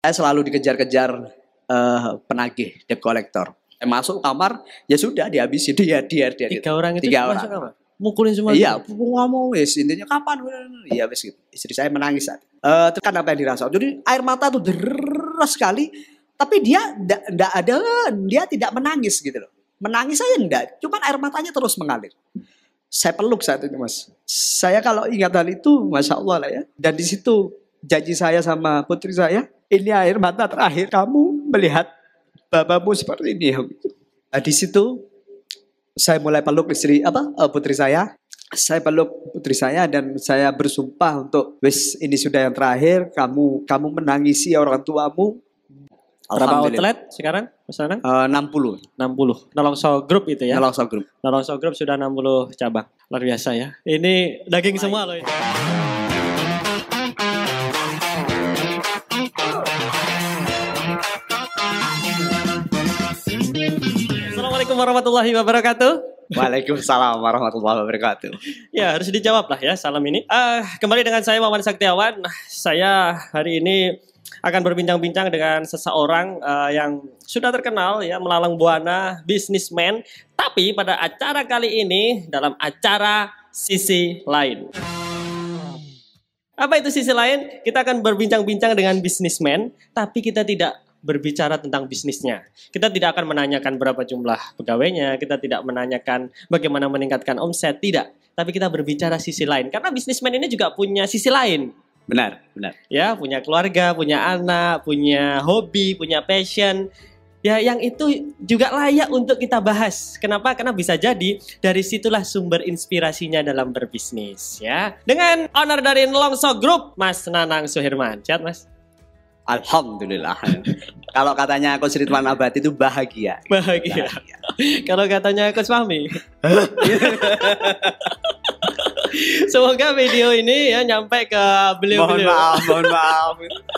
Saya selalu dikejar-kejar penagih, debt collector. Masuk kamar, ya sudah dihabisi dia. Tiga orang itu Tiga masuk orang. apa? Mukulin semua. Iya, ngomong wis intinya kapan? Iya wis gitu. Istri saya menangis saat. Tekan apa yang dirasa. Jadi air mata tuh deras sekali, tapi dia dia tidak menangis gitu loh. Menangis saya enggak, cuman air matanya terus mengalir. Saya peluk saat itu, Mas. Saya kalau ingat hal itu, Masya Allah lah ya. Dan di situ janji saya sama putri saya, ini air mata terakhir kamu melihat bapakmu seperti ini. Nah, di situ saya mulai peluk putri saya. Saya peluk putri saya dan saya bersumpah untuk wis ini sudah yang terakhir. Kamu menangisi orang tuamu. Berapa outlet sekarang Mas Nanang? 60. Nolongso Group itu ya? Nolongso Group. Nolongso Group sudah 60 cabang. Luar biasa ya. Ini daging semua loh ini. Assalamualaikum warahmatullahi wabarakatuh. Waalaikumsalam warahmatullahi wabarakatuh. Ya harus dijawab lah ya salam ini. Kembali dengan saya Wawan Saktiawan. Saya hari ini akan berbincang-bincang dengan seseorang yang sudah terkenal ya melalang buana bisnismen. Tapi pada acara kali ini dalam acara sisi lain. Apa itu sisi lain? Kita akan berbincang-bincang dengan bisnismen, tapi kita tidak berbicara tentang bisnisnya. Kita tidak akan menanyakan berapa jumlah pegawainya, kita tidak menanyakan bagaimana meningkatkan omset, tidak. Tapi kita berbicara sisi lain. Karena bisnismen ini juga punya sisi lain. Benar. Ya, punya keluarga, punya anak, punya hobi, punya passion. Ya, yang itu juga layak untuk kita bahas. Kenapa? Karena bisa jadi dari situlah sumber inspirasinya dalam berbisnis. Ya, dengan owner dari Nolongso Group, Mas Nanang Suherman. Sehat, Mas? Alhamdulillah. Kalau katanya Coach Ridwan Abadi itu bahagia. Bahagia. Kalau katanya Coach Fahmi. Semoga video ini ya nyampe ke beliau-beliau. Mohon maaf.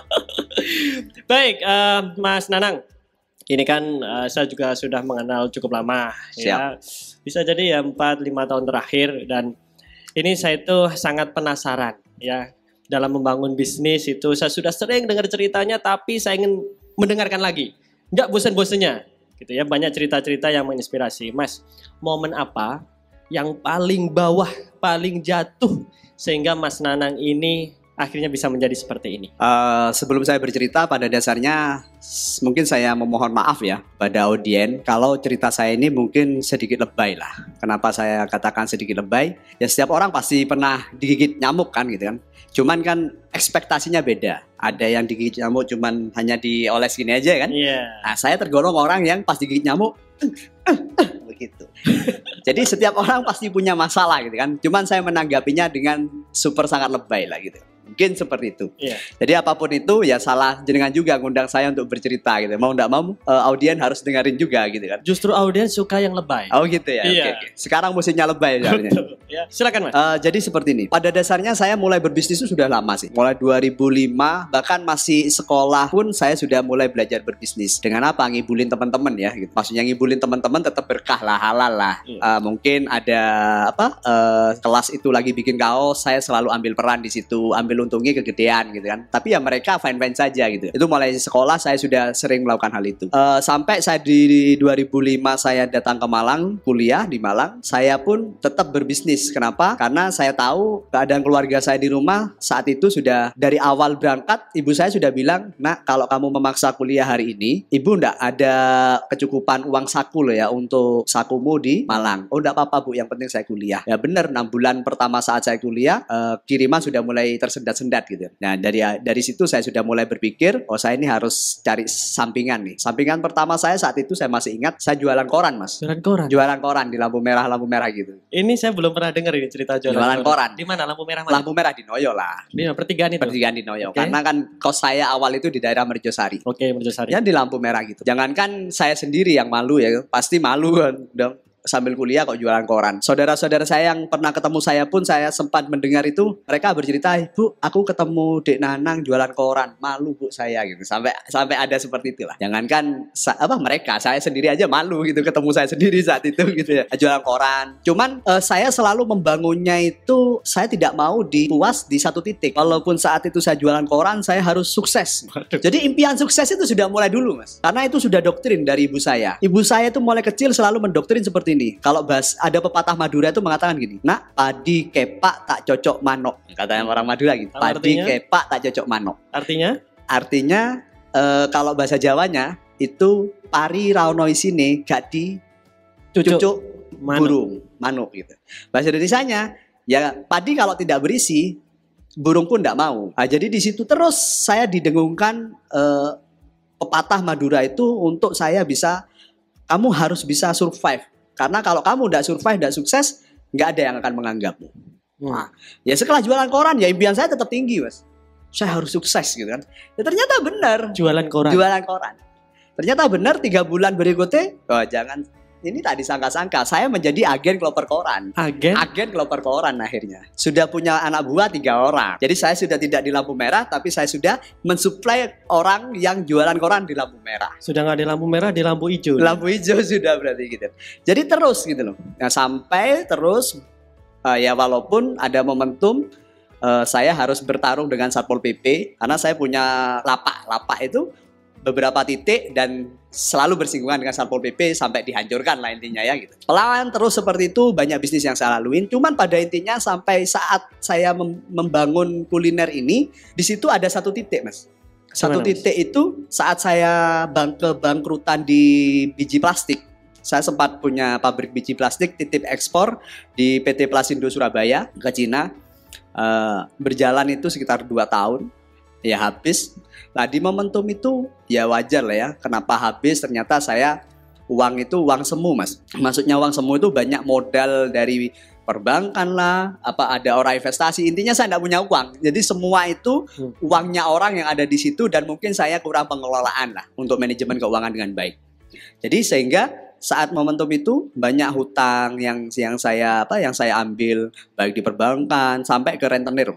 Baik, Mas Nanang. Ini kan saya juga sudah mengenal cukup lama. Siap. Ya. Bisa jadi ya 4-5 tahun terakhir. Dan ini saya itu sangat penasaran ya. Dalam membangun bisnis itu saya sudah sering dengar ceritanya, tapi saya ingin mendengarkan lagi. Nggak bosan-bosannya. Gitu ya, banyak cerita-cerita yang menginspirasi. Mas, momen apa yang paling bawah, paling jatuh sehingga Mas Nanang ini akhirnya bisa menjadi seperti ini? Sebelum saya bercerita, pada dasarnya mungkin saya memohon maaf ya pada audien kalau cerita saya ini mungkin sedikit lebay lah. Kenapa saya katakan sedikit lebay? Ya setiap orang pasti pernah digigit nyamuk kan gitu kan. Cuman kan ekspektasinya beda. Ada yang digigit nyamuk cuman hanya dioles gini aja kan. Yeah. Nah, saya tergolong orang yang pas digigit nyamuk begitu. Jadi setiap orang pasti punya masalah gitu kan. Cuman saya menanggapinya dengan super sangat lebay lah gitu. Mungkin seperti itu. Yeah. Jadi apapun itu ya salah jenengan juga ngundang saya untuk bercerita gitu. Mau enggak mau audien harus dengerin juga gitu kan. Justru audiens suka yang lebay. Oh gitu ya. Iya. Oke. Sekarang musimnya lebay sebenarnya. Ya, silakan Mas. Jadi seperti ini. Pada dasarnya saya mulai berbisnis itu sudah lama sih. Mulai 2005, bahkan masih sekolah pun saya sudah mulai belajar berbisnis. Dengan apa? Ngibulin teman-teman ya. Gitu. Maksudnya ngibulin teman-teman tetap berkah lah, halal lah. Mungkin ada kelas itu lagi bikin kaos, saya selalu ambil peran di situ, ambil untungnya kegedean gitu kan. Tapi ya mereka fine-fine saja gitu. Itu mulai sekolah saya sudah sering melakukan hal itu. Sampai saya di 2005 saya datang ke Malang, kuliah di Malang, saya pun tetap berbisnis. Kenapa? Karena saya tahu keadaan keluarga saya di rumah saat itu sudah dari awal berangkat, ibu saya sudah bilang, "Nak, kalau kamu memaksa kuliah hari ini, ibu ndak ada kecukupan uang saku loh ya untuk sakumu di Malang." "Oh, ndak apa-apa Bu, yang penting saya kuliah." Ya benar, 6 bulan pertama saat saya kuliah, kiriman sudah mulai tersendat-sendat gitu. Nah, dari situ saya sudah mulai berpikir, oh saya ini harus cari sampingan nih. Sampingan pertama saya saat itu saya masih ingat, saya jualan koran, Mas. Jualan koran di lampu merah gitu. Ini saya belum pernah dengar ini cerita jualan koran. Di mana lampu merah mana? Lampu merah di Noyo lah. Di pertigaan itu. Pertigaan di Noyo. Okay. Karena kan kos saya awal itu di daerah Merjosari. Oke, Merjosari. Ya di lampu merah gitu. Jangankan saya sendiri yang malu ya, pasti malu kan. sambil kuliah kok jualan koran. Saudara-saudara saya yang pernah ketemu saya pun saya sempat mendengar itu, mereka bercerita, "Bu, aku ketemu Dek Nanang jualan koran, malu Bu saya," gitu. Sampai ada seperti itulah. Jangankan mereka, saya sendiri aja malu gitu ketemu saya sendiri saat itu gitu ya. Jualan koran. Cuman saya selalu membangunnya itu, saya tidak mau dipuas di satu titik. Walaupun saat itu saya jualan koran, saya harus sukses. Jadi impian sukses itu sudah mulai dulu, Mas. Karena itu sudah doktrin dari ibu saya. Ibu saya itu mulai kecil selalu mendoktrin seperti ini. Kalau ada pepatah Madura itu mengatakan gini, "Nak, padi kepak tak cocok manok." Katanya orang Madura gitu. Padi kepak tak cocok manok. Artinya kalau bahasa Jawanya itu pari raono isine gak di cucuk burung manuk gitu. Bahasa Indonesianya ya padi kalau tidak berisi burung pun tidak mau. Nah, jadi di situ terus saya didengungkan pepatah Madura itu untuk saya bisa, kamu harus bisa survive. Karena kalau kamu tidak survive, tidak sukses, nggak ada yang akan menganggapmu. Nah, ya setelah jualan koran, ya impian saya tetap tinggi, Mas. Saya harus sukses gitu kan. Ya ternyata benar. Jualan koran. Ternyata benar 3 bulan berikutnya, ini tak disangka-sangka, saya menjadi agen kloper koran. Agen kloper koran akhirnya. Sudah punya anak buah 3 orang. Jadi saya sudah tidak di lampu merah, tapi saya sudah mensuplai orang yang jualan koran di lampu merah. Sudah nggak di lampu merah, di lampu hijau. Lampu hijau sudah berarti gitu. Jadi terus gitu loh. Nah, sampai terus ya walaupun ada momentum saya harus bertarung dengan Satpol PP karena saya punya lapak itu beberapa titik dan selalu bersinggungan dengan Satpol PP sampai dihancurkan lah intinya ya gitu. Pelan terus seperti itu, banyak bisnis yang saya laluin. Cuman pada intinya sampai saat saya membangun kuliner ini, di situ ada satu titik, Mas. Satu titik itu saat saya kebangkrutan di biji plastik. Saya sempat punya pabrik biji plastik titip ekspor di PT Plasindo Surabaya ke Cina. Berjalan itu sekitar 2 tahun. Ya habis. Nah di momentum itu ya wajar lah ya. Kenapa habis? Ternyata uang itu uang semu, Mas. Maksudnya uang semu itu banyak modal dari perbankan lah, ada orang investasi. Intinya saya tidak punya uang. Jadi semua itu uangnya orang yang ada di situ dan mungkin saya kurang pengelolaan lah untuk manajemen keuangan dengan baik. Jadi sehingga saat momentum itu banyak hutang yang saya ambil baik di perbankan sampai ke rentenir.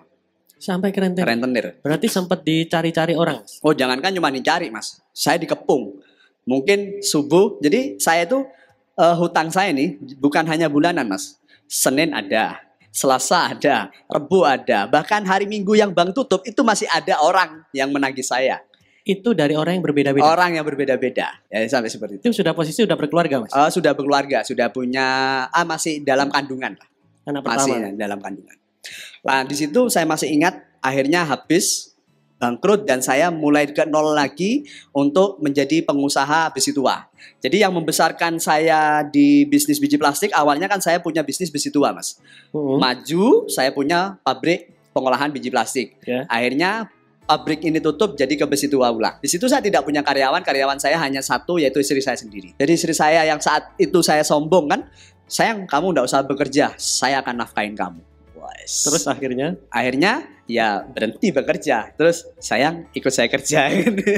Rentenir. Berarti sempat dicari-cari orang, Mas? Oh, jangankan cuma dicari, Mas. Saya dikepung. Mungkin subuh. Jadi saya itu hutang saya nih bukan hanya bulanan, Mas. Senin ada, Selasa ada, Rebu ada. Bahkan hari Minggu yang bank tutup itu masih ada orang yang menagih saya. Itu dari orang yang berbeda-beda? Orang yang berbeda-beda. Ya sampai seperti itu. Itu sudah berkeluarga, Mas? Sudah berkeluarga, sudah punya masih dalam kandungan lah. Anak pertama. Masih dalam kandungan. Nah di situ saya masih ingat akhirnya habis bangkrut dan saya mulai ke nol lagi untuk menjadi pengusaha besi tua. Jadi yang membesarkan saya di bisnis biji plastik awalnya kan saya punya bisnis besi tua, Mas. Maju saya punya pabrik pengolahan biji plastik. Akhirnya pabrik ini tutup jadi ke besi tua ulang. Di situ saya tidak punya karyawan saya hanya satu yaitu istri saya sendiri. Jadi istri saya yang saat itu saya sombong kan, "Sayang kamu tidak usah bekerja, saya akan nafkahin kamu." Terus akhirnya ya berhenti bekerja. Terus sayang ikut saya kerja.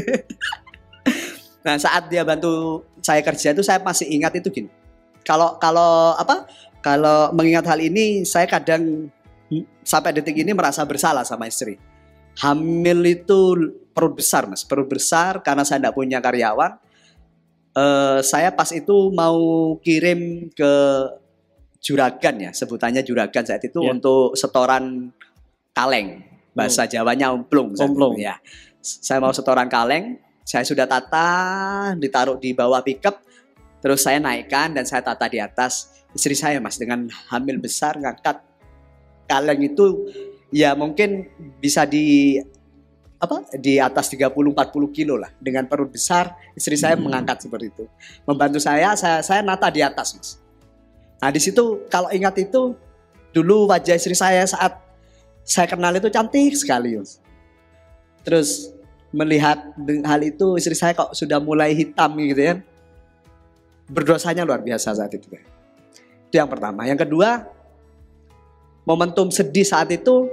Nah saat dia bantu saya kerja itu saya masih ingat itu gini. Kalau mengingat hal ini saya kadang sampai detik ini merasa bersalah sama istri. Hamil itu perut besar, Mas. Perut besar karena saya tidak punya karyawan. Saya pas itu mau kirim ke juragan ya, sebutannya juragan saat itu untuk setoran kaleng. Bahasa Jawanya omplung. Ya. Saya mau setoran kaleng, saya sudah tata, ditaruh di bawah pickup, terus saya naikkan dan saya tata di atas. Istri saya, Mas, dengan hamil besar ngangkat kaleng itu ya mungkin bisa di atas 30-40 kilo lah. Dengan perut besar, istri saya mengangkat seperti itu. Membantu saya nata di atas, Mas. Nah di situ kalau ingat itu dulu wajah istri saya saat saya kenal itu cantik sekali, Mas. Terus melihat hal itu istri saya kok sudah mulai hitam gitu ya. Berdosanya luar biasa saat itu. Itu yang pertama. Yang kedua, momentum sedih saat itu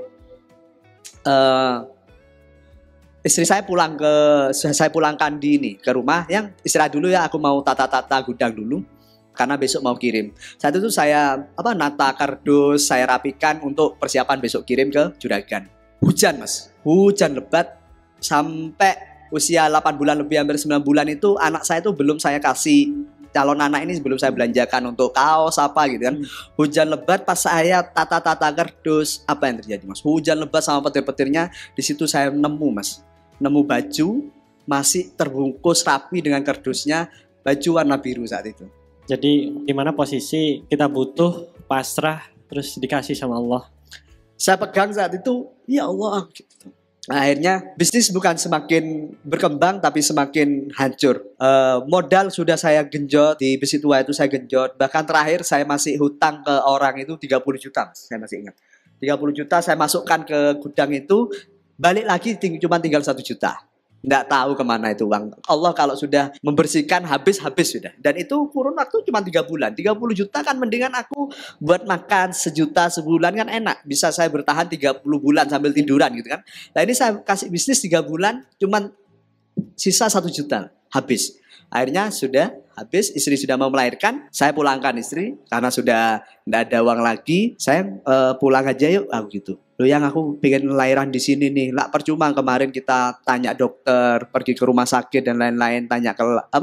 istri saya pulangkan ke rumah yang istirahat dulu ya, aku mau tata-tata gudang dulu. karena besok mau kirim. Saat itu saya nata kardus, saya rapikan untuk persiapan besok kirim ke juragan. Hujan Mas, hujan lebat sampai usia 8 bulan lebih hampir 9 bulan itu anak saya itu belum saya kasih, calon anak ini belum saya belanjakan untuk kaos apa gitu kan. Hujan lebat pas saya tata-tata kardus, apa yang terjadi Mas? Hujan lebat sama petir-petirnya, di situ saya nemu Mas. Nemu baju masih terbungkus rapi dengan kardusnya, baju warna biru saat itu. Jadi di mana posisi kita butuh, pasrah, terus dikasih sama Allah. Saya pegang saat itu, ya Allah gitu. Akhirnya bisnis bukan semakin berkembang tapi semakin hancur. Modal sudah saya genjot, di besi tua itu saya genjot. Bahkan terakhir saya masih hutang ke orang itu 30 juta, saya masih ingat. 30 juta saya masukkan ke gudang itu, balik lagi cuma tinggal 1 juta. Nggak tahu kemana itu uang. Allah kalau sudah membersihkan habis sudah. Dan itu kurun waktu cuma 3 bulan. 30 juta kan mendingan aku buat makan 1 juta sebulan kan enak. Bisa saya bertahan 30 bulan sambil tiduran gitu kan. Nah ini saya kasih bisnis 3 bulan cuma sisa 1 juta habis. Akhirnya sudah habis, istri sudah mau melahirkan, saya pulangkan istri karena sudah tidak ada uang lagi. Saya pulang aja yuk, aku gitu. Loh yang aku pengen lahiran di sini nih, lah percuma kemarin kita tanya dokter, pergi ke rumah sakit dan lain-lain, tanya ke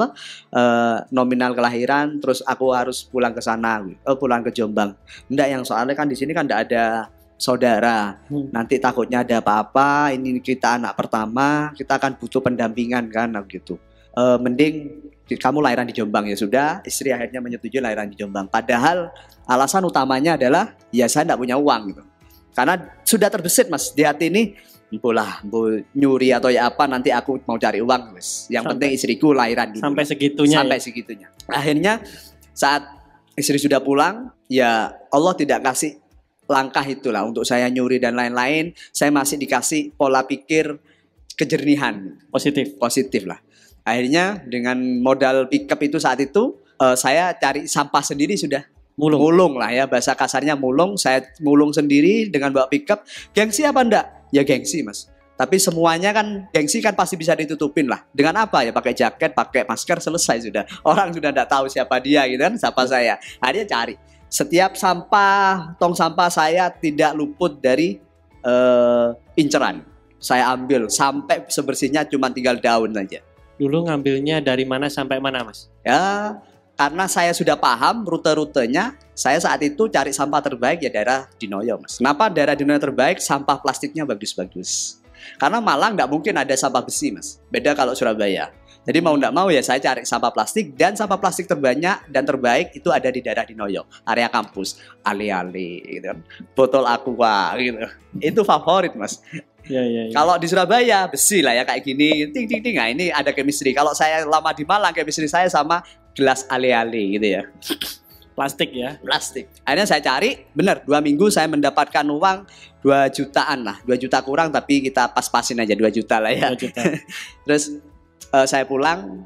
nominal kelahiran, terus aku harus pulang ke sana, pulang ke Jombang. Enggak, yang soalnya kan di sini kan enggak ada saudara, nanti takutnya ada apa-apa, ini kita anak pertama, kita akan butuh pendampingan kan, gitu. Mending kamu lahiran di Jombang. Ya sudah, istri akhirnya menyetujui lahiran di Jombang. Padahal alasan utamanya adalah ya saya tidak punya uang gitu. Karena sudah terbesit Mas di hati ini, mau nyuri atau ya apa, nanti aku mau cari uang Mas. Yang penting istriku lahiran dulu. Sampai segitunya. Segitunya. Akhirnya saat istri sudah pulang, ya Allah tidak kasih langkah itulah untuk saya nyuri dan lain-lain. Saya masih dikasih pola pikir kejernihan, positif lah. Akhirnya dengan modal pickup itu saat itu saya cari sampah sendiri sudah. Mulung lah ya, bahasa kasarnya mulung. Saya mulung sendiri dengan bawa pickup. Gengsi apa enggak? Ya gengsi Mas. Tapi semuanya kan gengsi kan pasti bisa ditutupin lah. Dengan apa ya? Pakai jaket, pakai masker, selesai sudah. Orang sudah enggak tahu siapa dia gitu kan, siapa saya. Akhirnya cari. Setiap sampah, tong sampah saya tidak luput dari inceran. Saya ambil sampai sebersihnya cuma tinggal daun saja. Dulu ngambilnya dari mana sampai mana Mas? Ya, karena saya sudah paham rute-rutenya, saya saat itu cari sampah terbaik ya daerah Dinoyo Mas. Kenapa daerah Dinoyo terbaik? Sampah plastiknya bagus-bagus. Karena Malang nggak mungkin ada sampah besi Mas. Beda kalau Surabaya. Jadi mau nggak mau ya saya cari sampah plastik, dan sampah plastik terbanyak dan terbaik itu ada di daerah Dinoyo, area kampus, ali-ali gitu kan. Botol aqua gitu. Itu favorit Mas. Ya. Kalau di Surabaya besi lah ya kayak gini, ting. Nah ini ada chemistry. Kalau saya lama di Malang, chemistry saya sama gelas ale-ale gitu ya. Plastik ya. Plastik. Akhirnya saya cari, benar 2 minggu saya mendapatkan uang 2 jutaan lah, 2 juta kurang tapi kita pas-pasin aja 2 juta lah ya. 2 juta. Terus saya pulang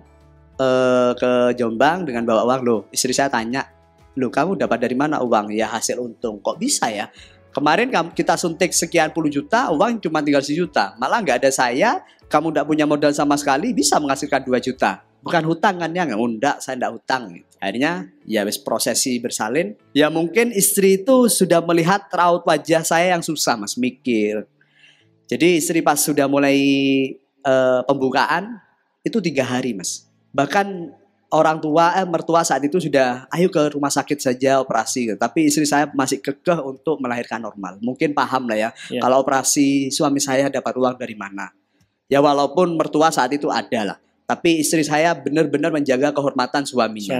ke Jombang dengan bawa uang. Loh, istri saya tanya, loh kamu dapat dari mana uang? Ya hasil untung. Kok bisa ya? Kemarin kita suntik sekian puluh juta, uang cuma tinggal 1 juta. Malah nggak ada saya, kamu nggak punya modal sama sekali, bisa menghasilkan 2 juta. Bukan hutang kan ya? Nggak, saya nggak hutang. Akhirnya ya prosesi bersalin. Ya mungkin istri itu sudah melihat raut wajah saya yang susah Mas, mikir. Jadi istri pas sudah mulai pembukaan, itu 3 hari Mas. Bahkan orang tua, mertua saat itu sudah ayo ke rumah sakit saja operasi. Tapi istri saya masih kekeh untuk melahirkan normal. Mungkin paham lah ya. Kalau operasi suami saya dapat uang dari mana. Ya walaupun mertua saat itu ada lah. Tapi istri saya benar-benar menjaga kehormatan suaminya.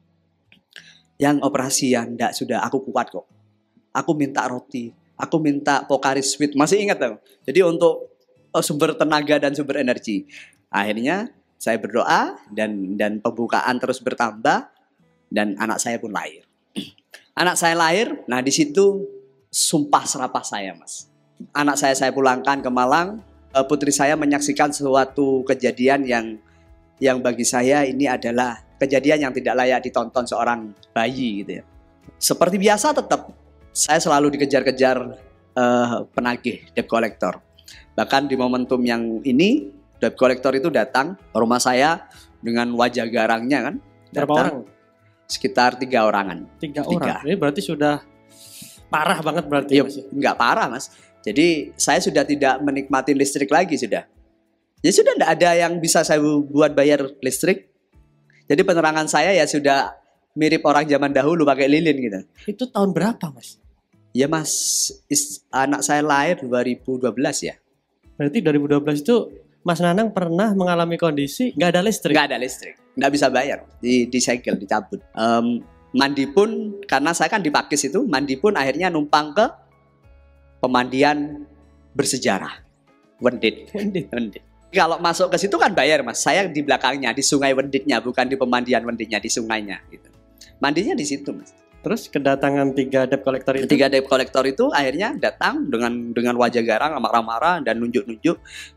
Yang operasi ya enggak, sudah aku kuat kok. Aku minta roti. Aku minta Pocari Sweet. Masih ingat dong. Jadi untuk sumber tenaga dan sumber energi. Akhirnya saya berdoa dan pembukaan terus bertambah dan anak saya pun lahir. Anak saya lahir, nah di situ sumpah serapah saya Mas. Anak saya pulangkan ke Malang, putri saya menyaksikan suatu kejadian yang bagi saya ini adalah kejadian yang tidak layak ditonton seorang bayi gitu ya. Seperti biasa tetap saya selalu dikejar-kejar penagih debt collector. Bahkan di momentum yang ini debt collector itu datang ke rumah saya dengan wajah garangnya kan. Berapa orang? Sekitar 3 orangan. 3 orang. Ini berarti sudah parah banget berarti Ya, Mas. nggak parah Mas. Jadi saya sudah tidak menikmati listrik lagi sudah. Ya sudah tidak ada yang bisa saya buat bayar listrik. Jadi penerangan saya ya sudah mirip orang zaman dahulu pakai lilin gitu. Itu tahun berapa Mas? Ya Mas, anak saya lahir 2012 ya. Berarti 2012 itu Mas Nanang pernah mengalami kondisi nggak ada listrik? Nggak ada listrik, nggak bisa bayar, disegel, dicabut. Mandi pun, karena saya kan di Pakis itu, mandi pun akhirnya numpang ke pemandian bersejarah, Wendit. Kalau masuk ke situ kan bayar Mas, saya di belakangnya, di sungai Wenditnya, bukan di pemandian Wenditnya, di sungainya. Gitu. Mandinya di situ Mas. Terus kedatangan 3 debt collector itu? 3 debt collector itu akhirnya datang dengan wajah garang, marah-marah dan nunjuk-nunjuk.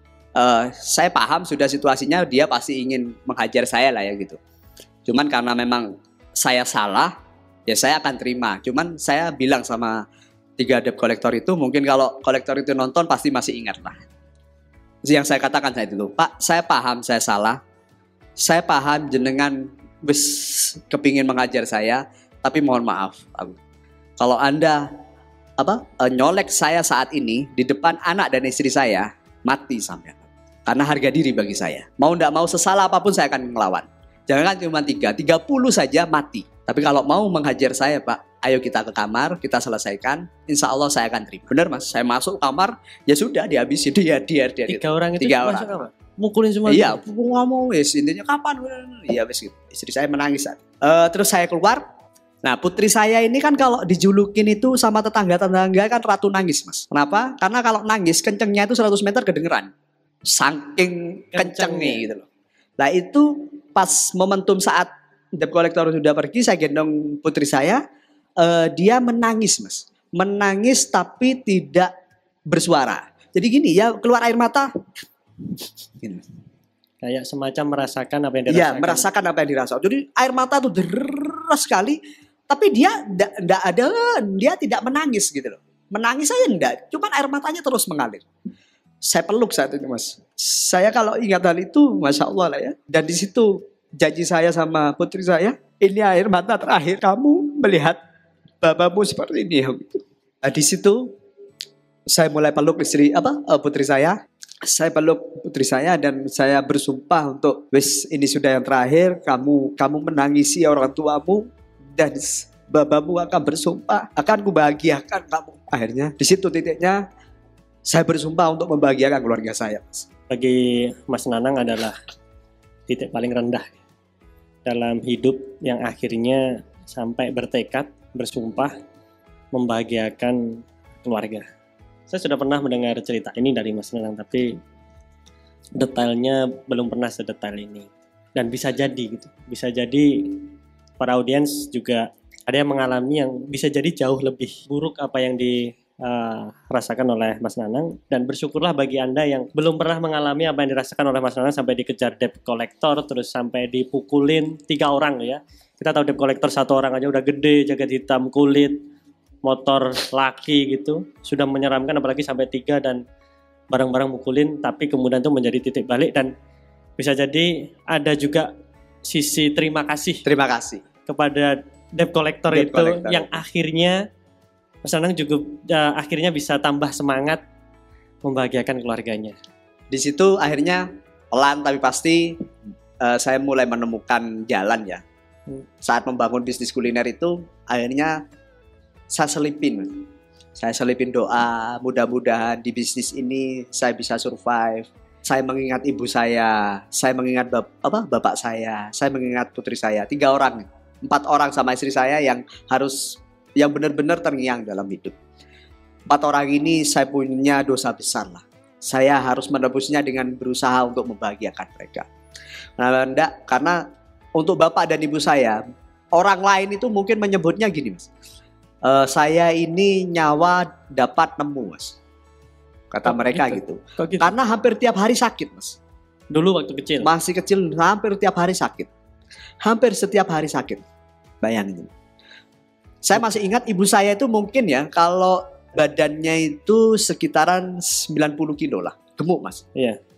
Saya paham sudah situasinya, dia pasti ingin menghajar saya lah ya gitu. Cuman karena memang saya salah, ya saya akan terima. Cuman saya bilang sama 3 debt collector itu, mungkin kalau kolektor itu nonton pasti masih ingat lah. Yang saya katakan saat itu, Pak, saya paham saya salah. Saya paham jenengan kepingin mengajar saya, tapi mohon maaf. Kalau Anda nyolek saya saat ini di depan anak dan istri saya, mati sampai. Karena harga diri bagi saya. Mau tidak mau sesalah apapun saya akan melawan. Jangan cuma 3, 30 saja mati. Tapi kalau mau menghajar saya Pak, ayo kita ke kamar, kita selesaikan. Insya Allah saya akan terima. Benar Mas, saya masuk kamar, ya sudah dihabisi dia. 3 orang itu 3 masuk orang. apa? Mukulin semua? Iya, ngomong, intinya kapan? Iya wes gitu. Istri saya menangis. Terus saya keluar. Nah putri saya ini kan kalau dijulukin itu sama tetangga-tetangga kan ratu nangis Mas. Kenapa? Karena kalau nangis kencengnya itu 100 meter kedengeran. Saking kencengnya gitu loh. Nah itu pas momentum saat debt collector sudah pergi, saya gendong putri saya, dia menangis Mas. Menangis tapi tidak bersuara. Jadi gini ya, keluar air mata. Gini. Kayak semacam merasakan apa yang Iya, dirasakan. merasakan apa yang dirasakan. Jadi air mata tuh deras sekali, tapi dia tidak menangis gitu loh. Menangis saya enggak, cuman air matanya terus mengalir. Saya peluk saat itu Mas. Saya kalau ingat hal itu, Masya Allah lah ya. Dan di situ janji saya sama putri saya, ini air mata terakhir kamu melihat bapakmu seperti ini. Nah, di situ saya mulai peluk putri saya. Saya peluk putri saya dan saya bersumpah untuk ini sudah yang terakhir, kamu menangisi orang tuamu dan bapakmu akan bersumpah akan kubahagiakan kamu. Akhirnya di situ titiknya saya bersumpah untuk membahagiakan keluarga saya. Bagi Mas Nanang adalah titik paling rendah dalam hidup yang akhirnya sampai bertekad, bersumpah membahagiakan keluarga. Saya sudah pernah mendengar cerita ini dari Mas Nanang, tapi detailnya belum pernah sedetail ini. Dan bisa jadi gitu. Bisa jadi para audiens juga ada yang mengalami yang bisa jadi jauh lebih buruk apa yang dirasakan oleh Mas Nanang. Dan bersyukurlah bagi Anda yang belum pernah mengalami apa yang dirasakan oleh Mas Nanang sampai dikejar debt collector, terus sampai dipukulin 3 orang ya. Kita tahu debt collector 1 orang aja udah gede, jaket hitam, kulit, motor laki gitu, sudah menyeramkan, apalagi sampai 3 dan barang-barang mukulin, tapi kemudian itu menjadi titik balik. Dan bisa jadi ada juga sisi terima kasih kepada debt collector yang akhirnya Mas Nanang juga akhirnya bisa tambah semangat membahagiakan keluarganya. Di situ akhirnya pelan tapi pasti saya mulai menemukan jalan ya. Saat membangun bisnis kuliner itu akhirnya saya selipin doa, mudah-mudahan di bisnis ini saya bisa survive. Saya mengingat ibu saya mengingat bapak saya mengingat putri saya, 3 orang, 4 orang sama istri saya yang benar-benar terngiang dalam hidup. 4 orang ini saya punya dosa besar lah. Saya harus menebusnya dengan berusaha untuk membahagiakan mereka. Karena untuk bapak dan ibu saya, orang lain itu mungkin menyebutnya gini Mas. Saya ini nyawa dapat nemu Mas. Kata mereka gitu. Karena hampir tiap hari sakit Mas. Dulu waktu kecil? Masih kecil hampir tiap hari sakit. Hampir setiap hari sakit. Bayangin. Saya masih ingat ibu saya itu mungkin ya kalau badannya itu sekitaran 90 kilo lah. Gemuk Mas. Iya.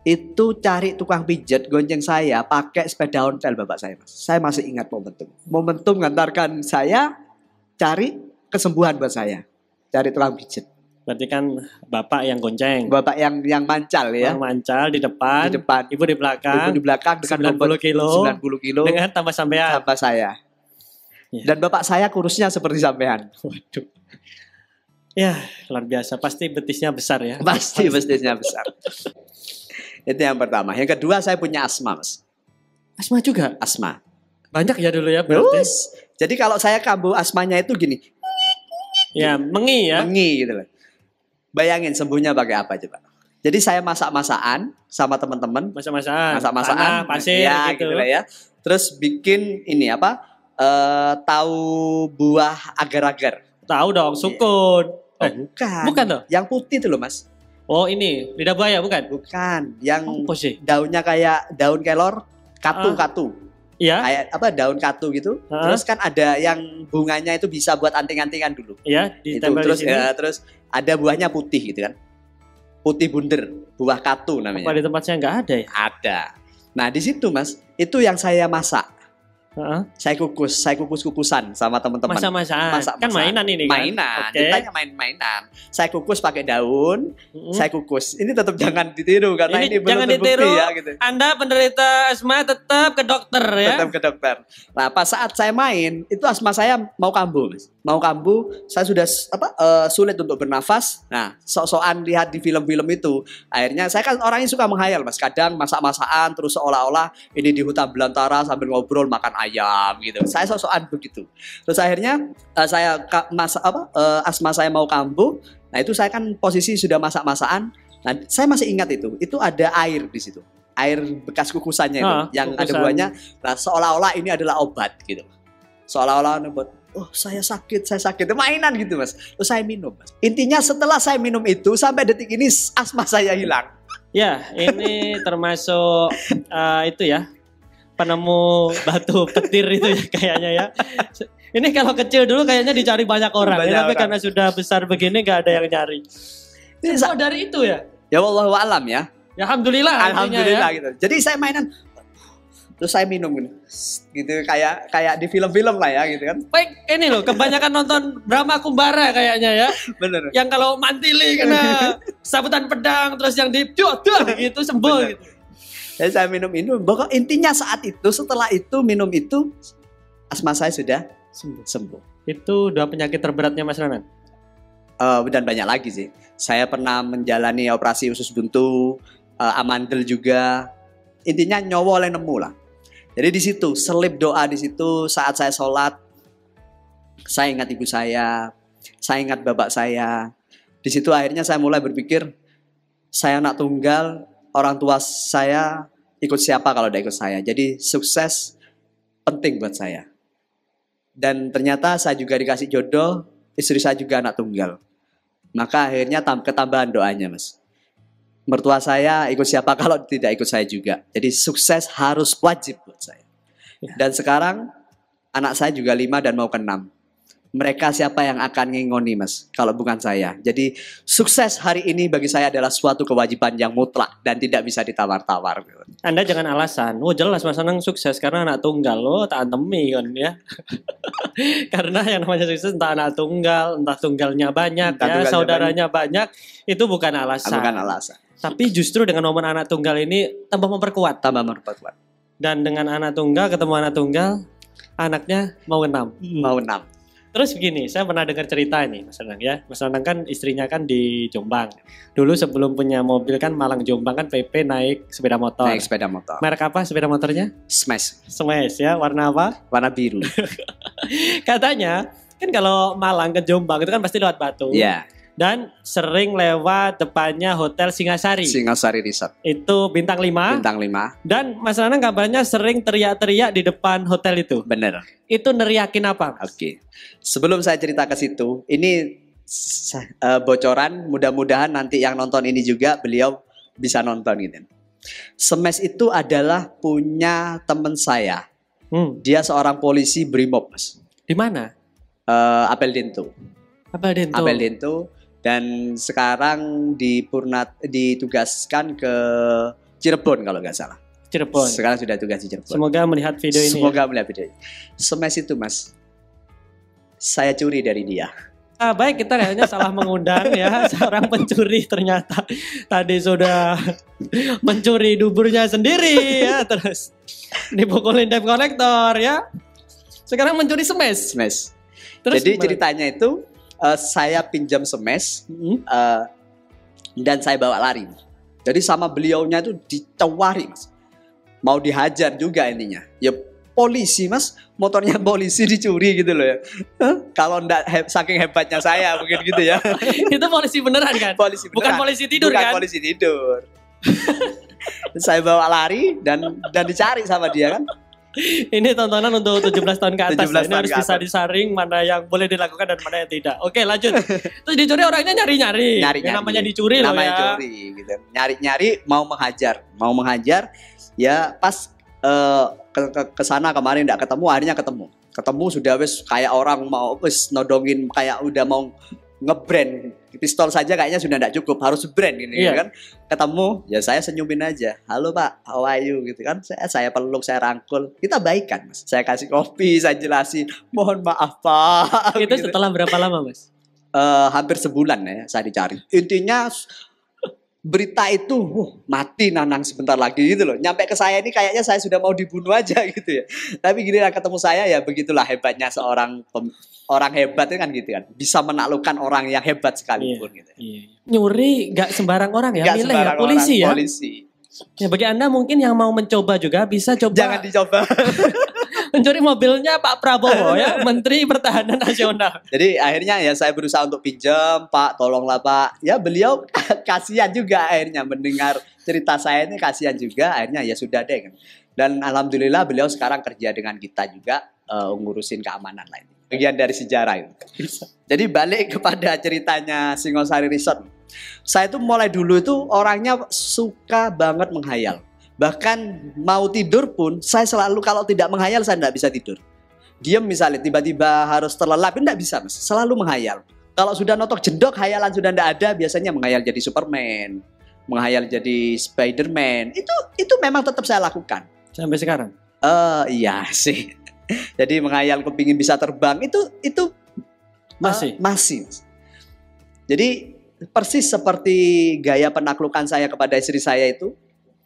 itu cari tukang pijat gonceng saya pakai sepeda ontel bapak saya mas. Saya masih ingat momentum ngantarkan saya cari kesembuhan buat saya, cari tukang pijat. Berarti kan bapak yang gonceng, Bapak yang mancal ya, yang mancal di depan, ibu di belakang, ibu di belakang dengan 90 kilo, 90 kilo dengan tambah sampean. tambah saya. Ya. Dan bapak saya kurusnya seperti sampean. Waduh. Ya, luar biasa. Pasti betisnya besar ya. Pasti betisnya besar. Itu yang pertama. Yang kedua saya punya asma mas. Asma juga? Asma. Banyak ya dulu ya berarti. Terus, jadi kalau saya kambuh asmanya itu gini. Ya, mengi ya. Mengi gitu loh. Bayangin sembuhnya pakai apa coba. Jadi saya masak-masakan sama teman-teman. Masak-masakan. Masak-masakan. Tanah, pasir ya, gitu lah ya. Terus bikin ini apa? Tahu buah agar-agar. Tahu dong, sukun. Bukan. Bukan toh? Yang putih itu loh mas. Oh ini, lidah buaya bukan? Bukan. Yang Apa sih? daunnya kayak daun kelor, katu. Iya. Kayak apa daun katu gitu. Terus kan ada yang bunganya itu bisa buat anting-antingan dulu. Iya, Itu ditempel terus di sini. ya, terus ada buahnya putih gitu kan. Putih bunder, buah katu namanya. Apa di tempat saya nggak ada ya? Ada. Nah, di situ Mas, itu yang saya masak. Heeh. Saya kukus-kukusan sama teman-teman. Masak-masakan. Masak-masak. Kan mainan ini kan? Mainan. Oke. Ditanya main-mainan. Saya kukus pakai daun, Mm-mm. saya kukus. Ini tetap jangan ditiru karena ini belum jangan terbukti ditiru. ya gitu. Anda penderita asma tetap ke dokter ya. Tetap ke dokter. Nah, pas saat saya main, itu asma saya mau kambuh, Mas. Mau kambuh, saya sudah sulit untuk bernafas. Nah, sok-sokan lihat di film-film itu. Akhirnya saya kan orangnya suka menghayal, Mas. Kadang masak-masakan terus seolah-olah ini di hutan belantara sambil ngobrol makan ayam gitu. Saya sok-sokan begitu. Terus akhirnya asma saya mau kambuh. Nah, itu saya kan posisi sudah masak-masakan. Nah, saya masih ingat itu. Itu ada air di situ. Air bekas kukusannya itu yang ada kukusan. buahnya. Nah, seolah-olah ini adalah obat gitu. Seolah-olah obat. Oh, saya sakit. Mainan gitu, Mas. Terus saya minum, Mas. Intinya setelah saya minum itu sampai detik ini asma saya hilang. Ya, ini termasuk itu ya. Penemu batu petir itu ya kayaknya ya. Ini kalau kecil dulu kayaknya dicari banyak orang, Banyak tapi orang. karena sudah besar begini nggak ada yang nyari. Ini Semua dari itu ya. Ya wallahu alam ya. Ya alhamdulillah. Alhamdulillah Ya. gitu. Jadi saya mainan terus saya minum gitu kayak di film-film lah ya gitu kan. Baik, ini loh kebanyakan nonton drama Kumbara kayaknya ya. Bener. Yang kalau mantili kena sabutan pedang terus yang di gitu sembuh Bener. gitu. Jadi saya minum. Pokok intinya saat itu setelah itu minum itu asma saya sudah sembuh. Itu dua penyakit terberatnya Mas Nanan. Dan banyak lagi sih. Saya pernah menjalani operasi usus buntu, amandel juga. Intinya nyowo oleh nemu lah. Jadi di situ selip doa di situ saat saya sholat, saya ingat ibu saya ingat bapak saya. Di situ akhirnya saya mulai berpikir, saya anak tunggal, orang tua saya ikut siapa kalau tidak ikut saya. Jadi sukses penting buat saya. Dan ternyata saya juga dikasih jodoh, istri saya juga anak tunggal. Maka akhirnya ketambahan doanya, Mas. Mertua saya ikut siapa kalau tidak ikut saya juga. Jadi sukses harus wajib buat saya. Dan sekarang anak saya juga 5 dan mau ke 6. Mereka siapa yang akan ngingoni, Mas, kalau bukan saya. Jadi sukses hari ini bagi saya adalah suatu kewajiban yang mutlak dan tidak bisa ditawar-tawar. Anda jangan alasan. Oh jelas Mas Anang sukses karena anak tunggal. Lo tak antemi kan ya. Karena yang namanya sukses entah anak tunggal, entah tunggalnya banyak, Entah ya tunggalnya saudaranya banyak, itu bukan alasan. Bukan alasan. Tapi justru dengan momen anak tunggal ini tambah memperkuat. Tambah memperkuat. Dan dengan anak tunggal ketemu anak tunggal, anaknya mau 6. Mau 6. Terus begini, saya pernah dengar cerita ini Mas Anang ya. Mas Anang kan istrinya kan di Jombang. Dulu sebelum punya mobil kan Malang Jombang kan PP naik sepeda motor. Naik sepeda motor. Merek apa sepeda motornya? Smash. Smash ya, warna apa? Warna biru. Katanya kan kalau Malang ke Jombang itu kan pasti lewat Batu. Iya. Dan sering lewat depannya Hotel Singasari. Singasari Resort. Itu bintang 5. Bintang 5. Dan Mas Nanang kabarnya sering teriak-teriak di depan hotel itu. Bener. Itu neriakin apa? Oke. Sebelum saya cerita ke situ, ini bocoran, mudah-mudahan nanti yang nonton ini juga beliau bisa nonton gitu. Smash itu adalah punya teman saya. Dia seorang polisi Brimob, Mas. Di mana? Apel Dento. Apel Dento. Dan sekarang ditugaskan ke Cirebon kalau nggak salah. Cirebon. Sekarang sudah tugas di Cirebon. Semoga melihat video ini. Semoga melihat video ini. Smash itu Mas, saya curi dari dia. Baik, kita kayaknya salah mengundang ya seorang pencuri, ternyata tadi sudah mencuri duburnya sendiri ya, terus dipukulin debt collector ya. Sekarang mencuri smash. Terus Jadi gimana? ceritanya itu saya pinjam smash dan saya bawa lari. Jadi sama beliaunya itu dicewari Mas. Mau dihajar juga intinya. Ya polisi Mas, motornya polisi dicuri gitu loh ya. Kalau enggak saking hebatnya saya mungkin gitu ya. Itu polisi beneran kan? Polisi beneran. Bukan polisi tidur Bukan kan? polisi tidur. Saya bawa lari dan dicari sama dia kan. Ini tontonan untuk 17 tahun ke atas. 17 Ini tahun harus ke bisa atas. disaring mana yang boleh dilakukan dan mana yang tidak. Oke, lanjut. Terus dicuri orangnya nyari-nyari. Yang namanya dicuri loh namanya ya. curi gitu. Nyari-nyari mau menghajar ya pas ke sana kemarin enggak ketemu, akhirnya ketemu sudah wes kayak orang mau wes nodongin, kayak udah mau ngebrand pistol saja kayaknya sudah enggak cukup, harus brand gini kan. Ketemu ya saya senyumin aja, halo Pak, how are you gitu kan. Saya peluk, saya rangkul, kita baikan Mas, saya kasih kopi, saya jelasin mohon maaf Pak. Itu gitu. setelah berapa lama Mas? Hampir sebulan ya saya dicari. Intinya berita itu mati Nanang sebentar lagi gitu loh. Nyampe ke saya ini kayaknya saya sudah mau dibunuh aja gitu ya. Tapi giliran ketemu saya ya begitulah hebatnya seorang orang hebat itu kan gitu kan. Bisa menaklukkan orang yang hebat sekalipun gitu. Iya. Nyuri gak sembarang orang ya, Nggak milih ya, sembarang polisi orang, ya. Polisi. Ya bagi Anda mungkin yang mau mencoba juga bisa coba. Jangan dicoba. Mencuri mobilnya Pak Prabowo ya, Menteri Pertahanan Nasional. Jadi akhirnya ya saya berusaha untuk pinjam, Pak, tolonglah Pak. Ya beliau kasihan juga akhirnya mendengar cerita saya ini, kasihan juga. Akhirnya ya sudah deh. Dan alhamdulillah beliau sekarang kerja dengan kita juga ngurusin keamanan lain. Bagian dari sejarah itu. Jadi balik kepada ceritanya Singosari Resort. Saya tuh mulai dulu itu orangnya suka banget menghayal. Bahkan mau tidur pun saya selalu kalau tidak menghayal saya tidak bisa tidur. Diam misalnya tiba-tiba harus terlelap tidak bisa Mas. Selalu menghayal. Kalau sudah notok jendok hayalan sudah tidak ada, biasanya menghayal jadi Superman, menghayal jadi Spiderman. Itu memang tetap saya lakukan. Sampai sekarang. Iya sih. Jadi menghayal kepingin bisa terbang itu Masih. masih. Jadi persis seperti gaya penaklukan saya kepada istri saya itu.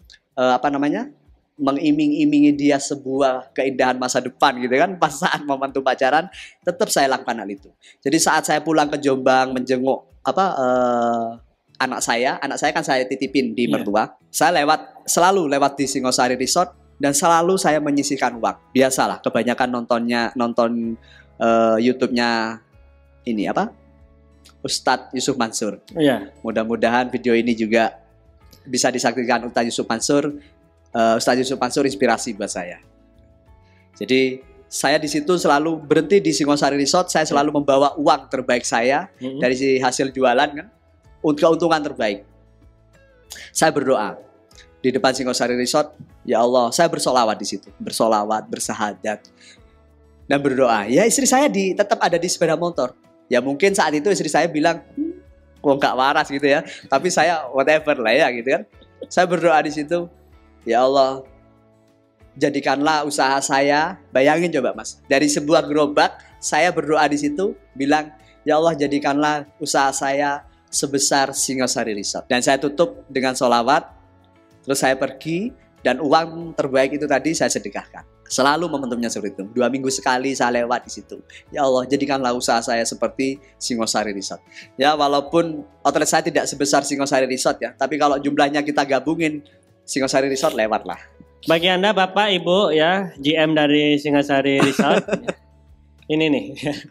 Mengiming-imingi dia sebuah keindahan masa depan gitu kan, pas saat momentum pacaran tetap saya lakukan hal itu. Jadi saat saya pulang ke Jombang menjenguk anak saya kan saya titipin di mertua. Saya selalu lewat di Singosari Resort dan selalu saya menyisihkan uang. Biasalah, kebanyakan nonton YouTube-nya ini Ustadz Yusuf Mansur. Iya. Mudah-mudahan video ini juga bisa disaksikan Ustadz Yusuf Mansur. Ustadz Yusuf Mansur inspirasi buat saya. Jadi saya di situ selalu berhenti di Singosari Resort. Saya selalu membawa uang terbaik saya dari hasil jualan kan, untuk keuntungan terbaik. Saya berdoa di depan Singosari Resort, ya Allah, saya bersolawat di situ, bersolawat, bersahadat, dan berdoa. Ya istri saya tetap ada di sepeda motor. Ya mungkin saat itu istri saya bilang, kok nggak waras gitu ya. Tapi saya whatever lah ya gitu kan. Saya berdoa di situ, ya Allah, jadikanlah usaha saya. Bayangin coba Mas, dari sebuah gerobak saya berdoa di situ, bilang, ya Allah jadikanlah usaha saya sebesar Singosari Resort. Dan saya tutup dengan sholawat. Terus saya pergi dan uang terbaik itu tadi saya sedekahkan. Selalu momentumnya seperti itu. 2 minggu sekali saya lewat di situ. Ya Allah, jadikanlah usaha saya seperti Singosari Resort. Ya, walaupun outlet saya tidak sebesar Singosari Resort ya, tapi kalau jumlahnya kita gabungin, Singosari Resort lewat lah. Bagi Anda Bapak Ibu ya, GM dari Singosari Resort. Ini nih.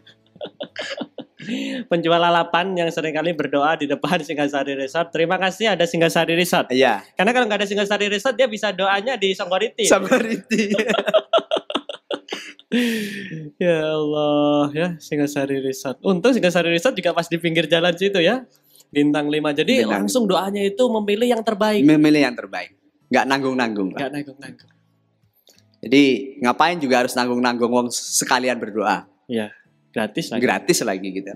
Penjual lalapan yang seringkali berdoa di depan Singosari Resort. Terima kasih ada Singosari Resort. Iya. Karena kalau nggak ada Singosari Resort, dia bisa doanya di Songgoriti. Songgoriti. Ya Allah ya, Singosari Resort. Untung Singosari Resort juga pas di pinggir jalan situ ya. Bintang 5. Jadi langsung doanya itu memilih yang terbaik. Memilih yang terbaik. Nggak nanggung-nanggung. Nggak nanggung-nanggung. Jadi ngapain juga harus nanggung-nanggung, wong sekalian berdoa. Iya, gratis lagi. Gratis lagi gitu.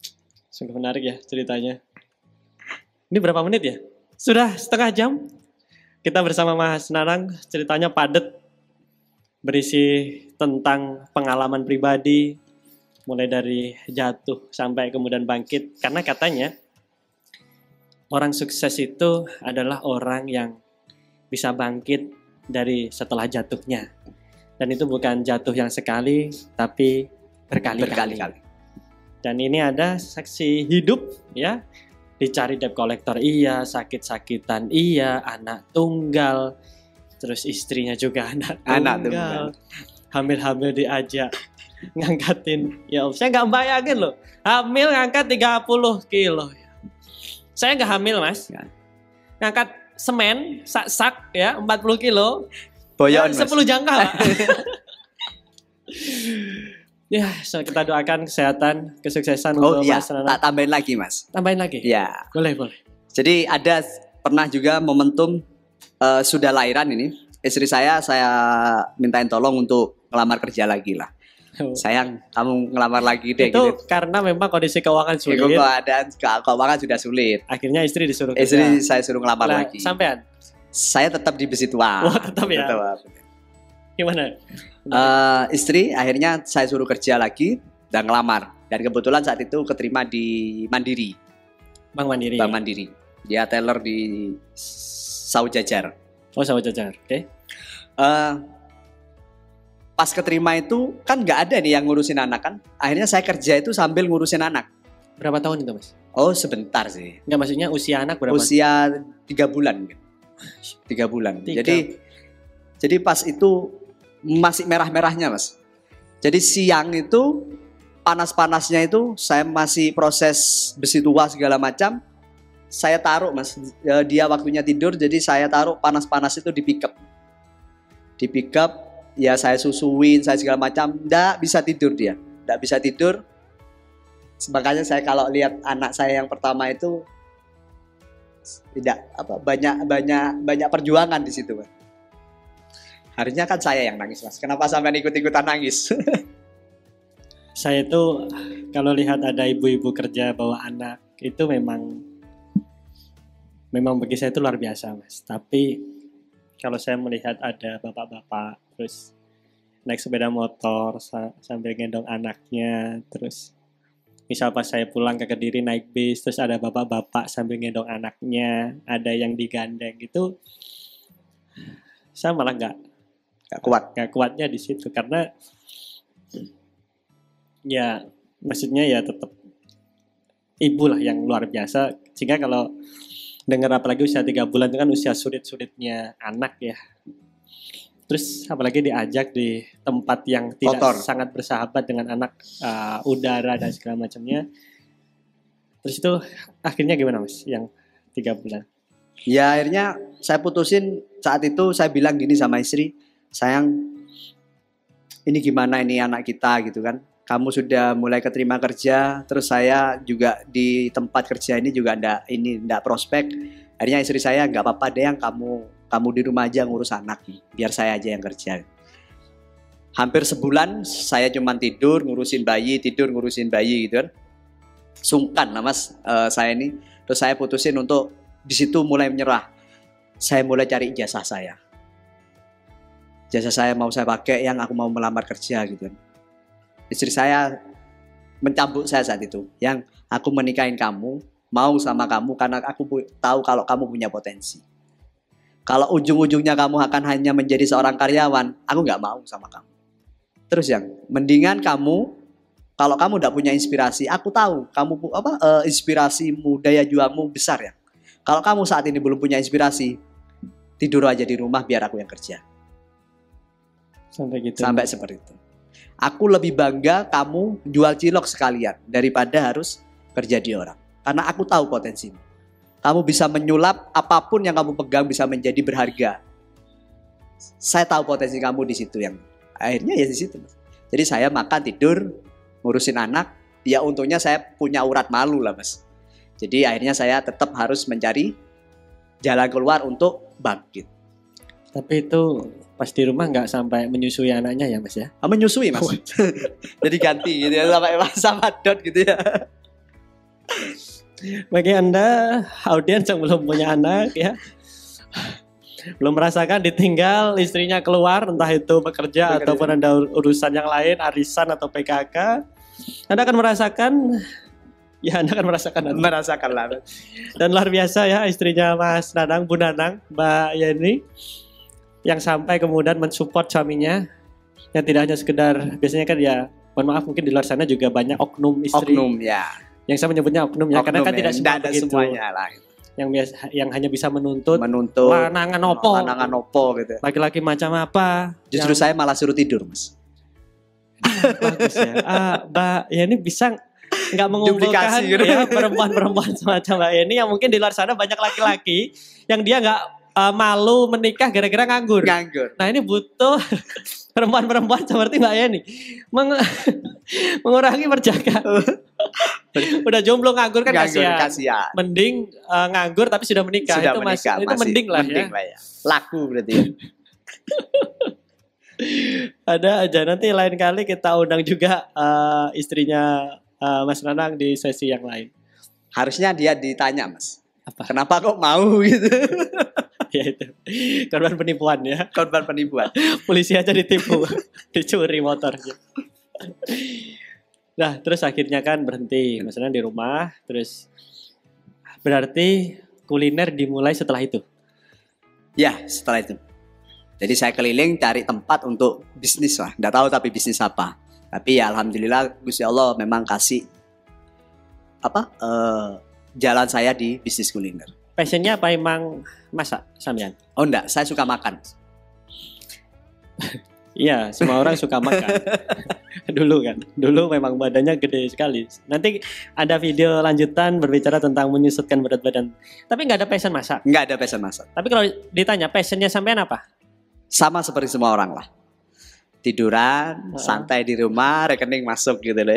Sungguh menarik ya ceritanya. Ini berapa menit ya? Sudah setengah jam. kita bersama Mas Narang, ceritanya padat, berisi tentang pengalaman pribadi, mulai dari jatuh sampai kemudian bangkit. Karena katanya orang sukses itu adalah orang yang bisa bangkit dari setelah jatuhnya. Dan itu bukan jatuh yang sekali, tapi berkali-kali. Dan ini ada saksi hidup ya. Dicari debt collector iya, sakit-sakitan iya, anak tunggal, terus istrinya juga anak tunggal. Hamil-hamil diajak ngangkatin. Ya saya nggak bayangin loh, hamil ngangkat 30 kilo. Saya nggak hamil mas, ngangkat semen sak ya 40 kilo. Boyon, ya, 10 jangka. Ya, so kita doakan kesehatan, kesuksesan untuk iya, Mas Narang. Tak tambahin lagi mas. Tambahin lagi? Ya. Boleh. Jadi ada pernah juga momentum sudah lahiran ini. Istri saya mintain tolong untuk ngelamar kerja lagi lah. Sayang, kamu ngelamar lagi deh. Itu gitu. karena memang kondisi keuangan sulit. Keuangan sudah sulit. Akhirnya istri disuruh kerja. Istri saya suruh ngelamar lagi. Sampean? Saya tetap di besi tua. Oh, tetap ya? Tetap. Gimana? Istri akhirnya saya suruh kerja lagi dan ngelamar. Dan kebetulan saat itu keterima di Mandiri. Bank Mandiri. Bank Mandiri. Dia teller di Saujajar. Oh, Saujajar. Oke. Pas keterima itu kan nggak ada nih yang ngurusin anak kan. Akhirnya saya kerja itu sambil ngurusin anak. Berapa tahun itu mas? Oh sebentar sih. Nggak, maksudnya usia anak berapa? Usia 3 bulan. 3 bulan. Jadi pas itu masih merah-merahnya mas. Jadi siang itu panas-panasnya itu saya masih proses besi tua segala macam. Saya taruh mas. Dia waktunya tidur jadi saya taruh panas-panas itu di pick up. Di pick up. Ya saya susuin, saya segala macam, nggak bisa tidur dia, nggak bisa tidur. Makanya saya kalau lihat anak saya yang pertama itu tidak banyak perjuangan di situ, Mas. Harusnya kan saya yang nangis, Mas. Kenapa sampai ikut-ikutan nangis? Saya itu kalau lihat ada ibu-ibu kerja bawa anak itu memang bagi saya itu luar biasa, Mas. Tapi kalau saya melihat ada bapak-bapak terus naik sepeda motor sambil gendong anaknya, terus misal pas saya pulang ke Kediri naik bis terus ada bapak-bapak sambil gendong anaknya, ada yang digandeng gitu, saya malah nggak kuatnya di situ karena ya maksudnya ya tetap ibu lah yang luar biasa. Sehingga kalau dengar apalagi usia 3 bulan itu kan usia sulit-sulitnya anak ya. Terus apalagi diajak di tempat yang tidak sangat bersahabat dengan anak, udara dan segala macamnya. Terus itu akhirnya gimana mas yang 3 bulan? Ya akhirnya saya putusin saat itu, saya bilang gini sama istri, sayang ini gimana ini anak kita gitu kan. Kamu sudah mulai keterima kerja, terus saya juga di tempat kerja ini juga ndak prospek. Akhirnya istri saya nggak apa-apa deh yang kamu di rumah aja ngurus anak, biar saya aja yang kerja. Hampir sebulan saya cuma tidur ngurusin bayi gitu kan. Sungkan lah mas saya ini. Terus saya putusin untuk di situ mulai menyerah. Saya mulai cari ijazah saya. Ijazah saya mau saya pakai yang aku mau melamar kerja gitu kan. Istri saya mencambuk saya saat itu, yang aku menikahin kamu, mau sama kamu karena aku tahu kalau kamu punya potensi. Kalau ujung-ujungnya kamu akan hanya menjadi seorang karyawan, aku nggak mau sama kamu. Terus yang mendingan kamu, kalau kamu nggak punya inspirasi, aku tahu kamu inspirasimu, daya juangmu besar ya. Kalau kamu saat ini belum punya inspirasi, tidur aja di rumah biar aku yang kerja. Sampai gitu. Sampai seperti itu. Aku lebih bangga kamu jual cilok sekalian daripada harus kerja di orang. Karena aku tahu potensimu. Kamu bisa menyulap apapun yang kamu pegang bisa menjadi berharga. Saya tahu potensi kamu di situ yang akhirnya ya di situ. Jadi saya makan tidur ngurusin anak. Ya untungnya saya punya urat malu lah mas. Jadi akhirnya saya tetap harus mencari jalan keluar untuk bangkit. Tapi itu pas di rumah nggak sampai menyusui anaknya ya mas ya? Menyusui mas. Jadi ganti gitu ya sama dot gitu ya. Bagi Anda audiens yang belum punya anak ya, Belum merasakan ditinggal istrinya keluar, entah itu bekerja ataupun ada urusan yang lain, arisan atau PKK. Anda akan merasakan, ya Anda akan merasakan lah. Dan luar biasa ya istrinya Mas Nanang, Bu Nanang, Mbak Yeni, yang sampai kemudian mensupport suaminya. Yang tidak hanya sekedar, biasanya kan ya, mohon maaf mungkin di luar sana juga banyak oknum istri. Oknum ya. Yang saya menyebutnya oknum ya, karena kan ya. tidak semua begitu. Semuanya lah. Yang hanya bisa menuntut lanangan opo gitu. Laki-laki macam apa? Justru saya malah suruh tidur, Mas. Bagus ya. Mbak Yeni bisa nggak mengumpulkan gitu. Ya perempuan-perempuan semacam Mbak Yeni yang mungkin di luar sana banyak laki-laki yang dia nggak malu menikah gara-gara nganggur. Nah ini butuh perempuan-perempuan seperti Mbak Yeni mengurangi perjakaan. Udah jomblo nganggur kan kasihan. Mending nganggur tapi sudah menikah. Itu mending lah ya. Laku berarti. Ada aja, nanti lain kali kita undang juga istrinya Mas Nanang di sesi yang lain. Harusnya dia ditanya, Mas. Apa? Kenapa kok mau gitu? Ya itu. Korban penipuan ya. Korban penipuan. Polisi aja ditipu, dicuri motornya. Nah, terus akhirnya kan berhenti, misalnya di rumah, terus berarti kuliner dimulai setelah itu? Ya, setelah itu. Jadi saya keliling cari tempat untuk bisnis lah. Nggak tahu tapi bisnis apa. Tapi ya alhamdulillah Gusti Allah memang kasih jalan saya di bisnis kuliner. Passionnya apa emang masak sampean? Oh enggak, saya suka makan. Iya, semua orang suka makan. Dulu memang badannya gede sekali. Nanti ada video lanjutan berbicara tentang menyusutkan berat badan. Tapi nggak ada passion masak. Nggak ada passion masak. Tapi kalau ditanya passionnya sampean apa? Sama seperti semua orang lah. Tiduran, santai di rumah, rekening masuk gitu loh.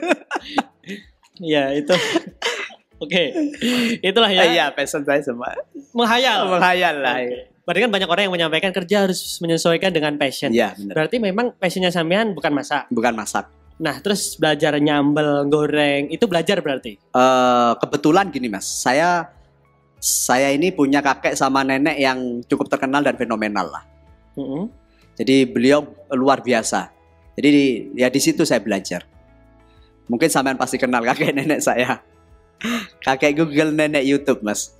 Iya itu. Oke. Itulah ya. Iya, passion saya semua. Menghayal lah. Okay. Berarti kan banyak orang yang menyampaikan kerja harus menyesuaikan dengan passion. Iya, benar. Berarti memang passionnya sampean bukan masak. Bukan masak. Nah, terus belajar nyambel, goreng, itu belajar berarti? Kebetulan gini Mas, saya ini punya kakek sama nenek yang cukup terkenal dan fenomenal lah. Jadi beliau luar biasa. Jadi ya di situ saya belajar. Mungkin sampean pasti kenal kakek nenek saya. Kakek Google, nenek YouTube Mas.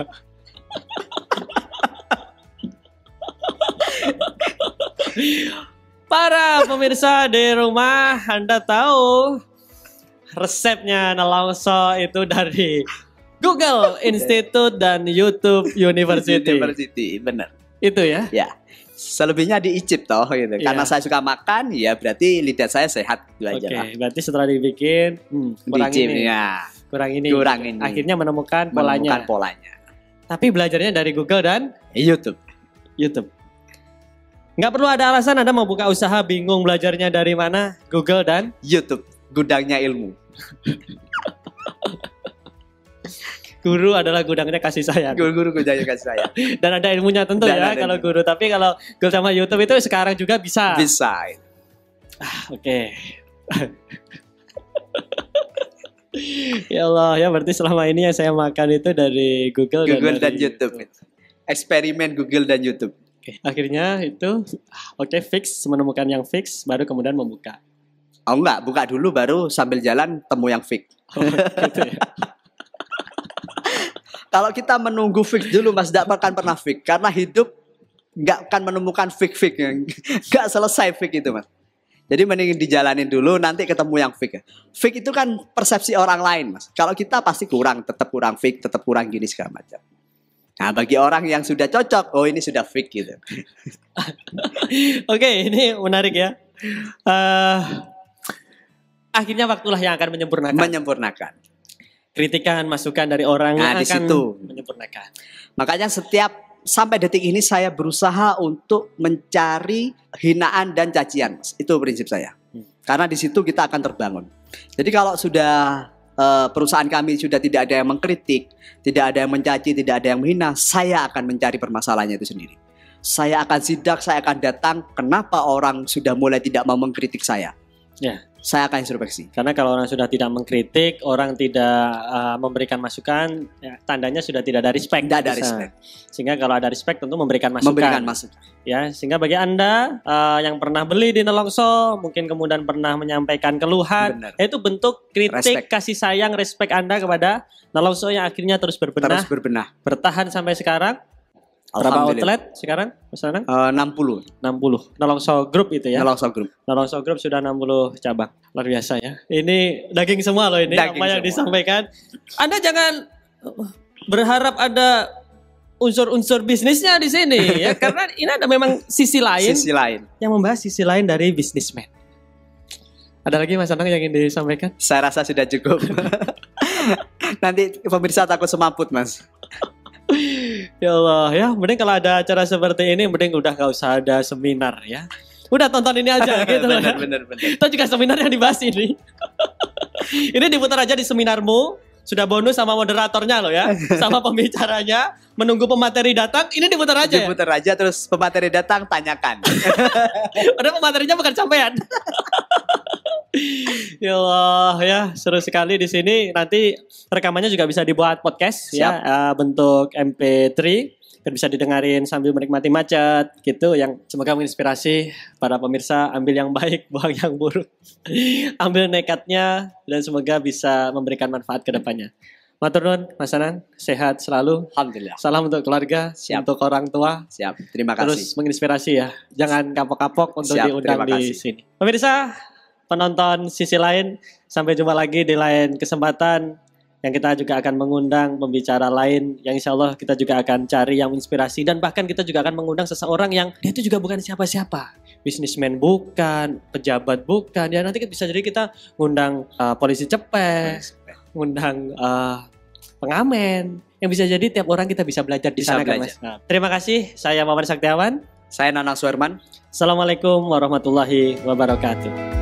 Para pemirsa di rumah, Anda tahu resepnya nelongso itu dari Google Institute dan YouTube University. Benar. Itu ya? Ya. Selebihnya diicip toh gitu. Karena saya suka makan, ya berarti lidah saya sehat gitu aja lah. Oke, berarti setelah dibikin kurang diicip, ini. Ya. Kurang ini. Akhirnya menemukan polanya. Tapi belajarnya dari Google dan YouTube. Nggak perlu ada alasan Anda mau buka usaha bingung belajarnya dari mana, Google dan YouTube, gudangnya ilmu. Guru adalah gudangnya kasih sayang. Guru gudangnya kasih sayang. Dan ada ilmunya tentu dan ya kalau guru. Tapi kalau Google sama YouTube itu sekarang juga bisa. Bisa. Oke. Ya Allah, ya berarti selama ini yang saya makan itu dari Google dan YouTube. Eksperimen Google dan YouTube. Akhirnya itu fix, menemukan yang fix baru kemudian membuka. Oh enggak, buka dulu baru sambil jalan temu yang fix. Gitu ya. Kalau kita menunggu fix dulu Mas, tidak akan pernah fix. Karena hidup enggak akan menemukan fix yang enggak selesai fix itu Mas. Jadi mending dijalanin dulu, nanti ketemu yang fix. Fix itu kan persepsi orang lain Mas. Kalau kita pasti tetap kurang fix, tetap kurang gini segala macam. Nah bagi orang yang sudah cocok, oh ini sudah fix gitu. Oke, ini menarik ya. Akhirnya waktulah yang akan menyempurnakan. Kritikan, masukan dari orang yang akan menyempurnakan. Makanya sampai detik ini saya berusaha untuk mencari hinaan dan cacian. Itu prinsip saya. Karena di situ kita akan terbangun. Jadi kalau sudah perusahaan kami sudah tidak ada yang mengkritik, tidak ada yang mencaci, tidak ada yang menghina, saya akan mencari permasalahannya itu sendiri. Saya akan sidak, saya akan datang, kenapa orang sudah mulai tidak mau mengkritik saya. Ya. saya akan introspeksi. Karena kalau orang sudah tidak mengkritik, orang tidak memberikan masukan, ya, tandanya sudah tidak ada respect. Tidak ada respect. Sehingga kalau ada respect tentu memberikan masukan. Memberikan masukan. Ya, sehingga bagi Anda yang pernah beli di Nelongso, mungkin kemudian pernah menyampaikan keluhan, itu bentuk kritik, kasih sayang, respect Anda kepada Nelongso yang akhirnya terus berbenah. Bertahan sampai sekarang. Berapa outlet sekarang, Mas Anang? 60. Nelongso Group itu ya? Nelongso Group. Nelongso Group sudah 60 cabang. Luar biasa ya. Ini daging semua loh ini, daging apa yang disampaikan. Anda jangan berharap ada unsur-unsur bisnisnya di sini ya, karena ini ada memang sisi lain yang membahas sisi lain dari bisnismen. Ada lagi Mas Anang yang ingin disampaikan? Saya rasa sudah cukup. Nanti pemirsa takut semaput, Mas. Ya Allah ya, mending kalau ada acara seperti ini mending udah gak usah ada seminar ya. Udah tonton ini aja gitu loh. Bener. Itu juga seminar yang dibahas ini. Ini diputar aja di seminarmu. Sudah bonus sama moderatornya loh ya, sama pembicaranya. Menunggu pemateri datang, ini diputar aja. Diputar aja terus pemateri datang tanyakan. Padahal pematerinya bukan sampean. Ya Allah ya, seru sekali di sini. Nanti rekamannya juga bisa dibuat podcast. Siap. Ya, bentuk MP3 biar bisa didengarin sambil menikmati macet gitu, yang semoga menginspirasi para pemirsa. Ambil yang baik, buang yang buruk. Ambil nekatnya dan semoga bisa memberikan manfaat ke depannya. Matur nuwun Mas Anang, sehat selalu. Alhamdulillah. Salam untuk keluarga, untuk orang tua. Siap. Terima kasih. Terus menginspirasi ya. Jangan kapok-kapok untuk diundang di sini. Pemirsa, penonton sisi lain, sampai jumpa lagi di lain kesempatan yang kita juga akan mengundang pembicara lain yang insya Allah kita juga akan cari yang inspirasi, dan bahkan kita juga akan mengundang seseorang yang dia itu juga bukan siapa-siapa, bisnismen bukan, pejabat bukan, ya nanti bisa jadi kita ngundang polisi cepet, ngundang pengamen, yang bisa jadi tiap orang kita bisa belajar di sana kan Mas. Nah, terima kasih, saya Maman Saktiawan. Saya Nanang Suherman. Assalamualaikum warahmatullahi wabarakatuh.